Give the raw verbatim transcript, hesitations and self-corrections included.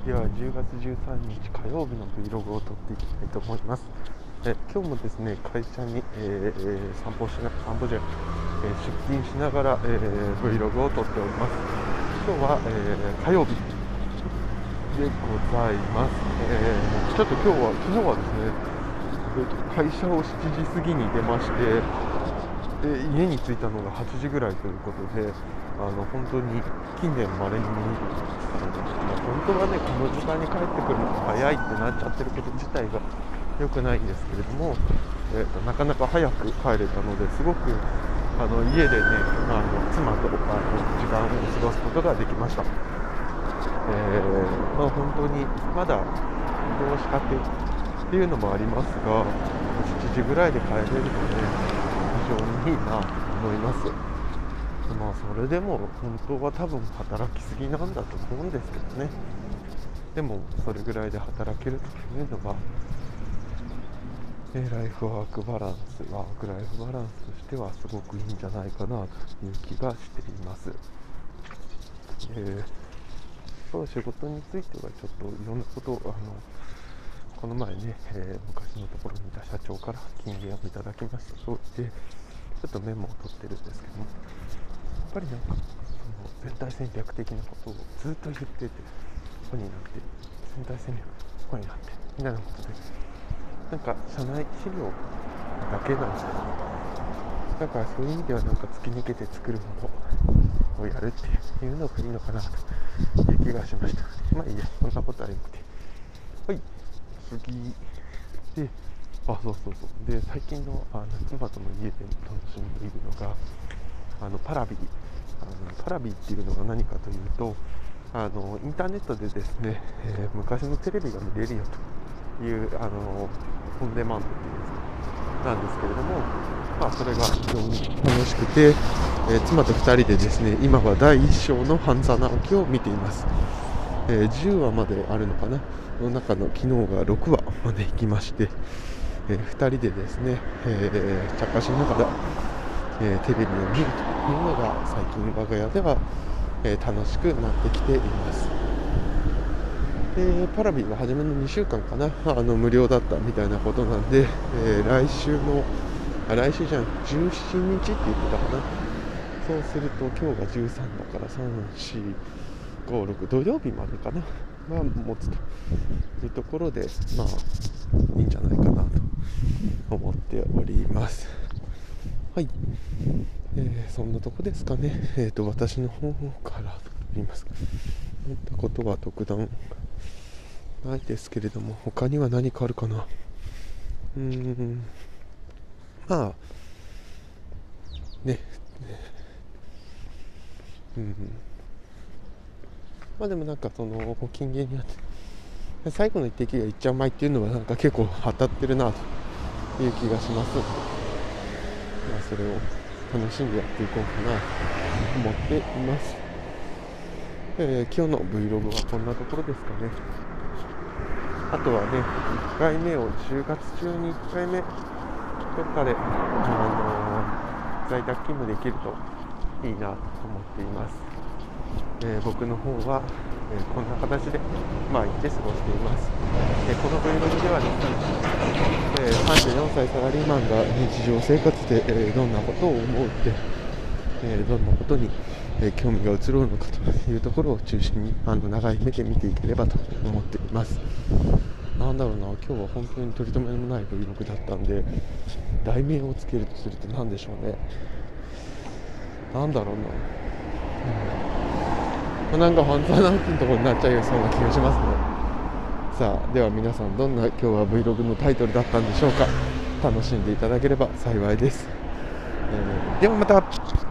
ではじゅうがつじゅうさんにち火曜日の Vlog を撮っていきたいと思います。え今日もですね、会社に、えー、散歩しな散歩じゃ、えー、出勤しながら、えー、Vlog を撮っております。今日は、えー、火曜日でございます。えー、ちょっと今日は昨日はですね、えー、と会社をしちじ過ぎに出まして、で家に着いたのがはちじぐらいということで、あの本当に近年まれに見る、あの本当はね、この時間に帰ってくるのが早いってなっちゃってること自体が良くないんですけれども、えー、となかなか早く帰れたので、すごくあの家でね、あの妻とあの時間を過ごすことができました。えーまあ、本当にまだ移動したてっていうのもありますが、しちじぐらいで帰れるので、非常にいいなと思います。まあそれでも本当は多分働きすぎなんだと思うんですけどね。でもそれぐらいで働けるというのが、えライフワークバランスワークライフバランスとしてはすごくいいんじゃないかなという気がしています。えー、そう仕事についてはちょっといろんなことをあのこの前ね、えー、昔のところにいた社長から金言をいただきました。そうでちょっとメモを取ってるんですけども、やっぱりなんかその全体戦略的なことをずっと言ってて、ここになって全体戦略ここになってみたいなことで、なんか社内資料だけなんですよね。だからそういう意味ではなんか突き抜けて作るものをやるっていうのがいいのかなという気がしました。まあいいや、そんなことはよくて、はい、次で、あ、そうそうそう。で、最近のあの妻との家で楽しんでいるのが、あのパラビあのパラビっていうのが何かというと、あのインターネットでですね、えー、昔のテレビが見れるよというあのオンデマンドっていうんですかなんですけれども、まあ、それが非常に楽しくて、えー、妻とふたりでですね、今はだいいっ章の半沢直樹を見ています。えー、じゅうわまであるのかなの中の昨日がろくわまで行きまして、えー、ふたりでですね、えー、茶化しながら、えー、テレビを見るというのが最近我が家では、えー、楽しくなってきています。でパラビは初めのにしゅうかんかな、あの無料だったみたいなことなんで、えー、来週のあ来週じゃんじゅうしちにちって言ってたかな。そうすると今日がじゅうさんだからさん、よん、ご、ろく土曜日までかなは持つというところで、まあいいんじゃないかなと思っております。はい、えー、そんなとこですかね。えーと私の方から言いますか、そういったことは特段ないですけれども、他には何かあるかな。うーんまあねうんまあでもなんかその金言にあって最後の一滴がいっちゃうまいっていうのはなんか結構当たってるなという気がします。まあそれを楽しんでやっていこうかなと思っています。えー、今日の Vlog はこんなところですかね。あとはね、いっかいめをじゅうがつ中にいっかいめどっかで、あのー、在宅勤務できるといいなと思っています。えー、僕の方は、えー、こんな形で毎日過ごしています。えー、この Vlog ではですね、えー、さんじゅうよんさいサラリーマンが日常生活で、えー、どんなことを思うって、えー、どんなことに、えー、興味が移ろうのかというところを中心にあの長い目で見ていければと思っています。なんだろうな、今日は本当に取り留めもない Vlog だったんで、題名をつけるとすると何でしょうね。なんだろうな、うん、なんか半沢直樹のところになっちゃいそうな気がしますね。さあ、では皆さん、どんな今日は Vlog のタイトルだったんでしょうか。楽しんでいただければ幸いです。えー、ではまた。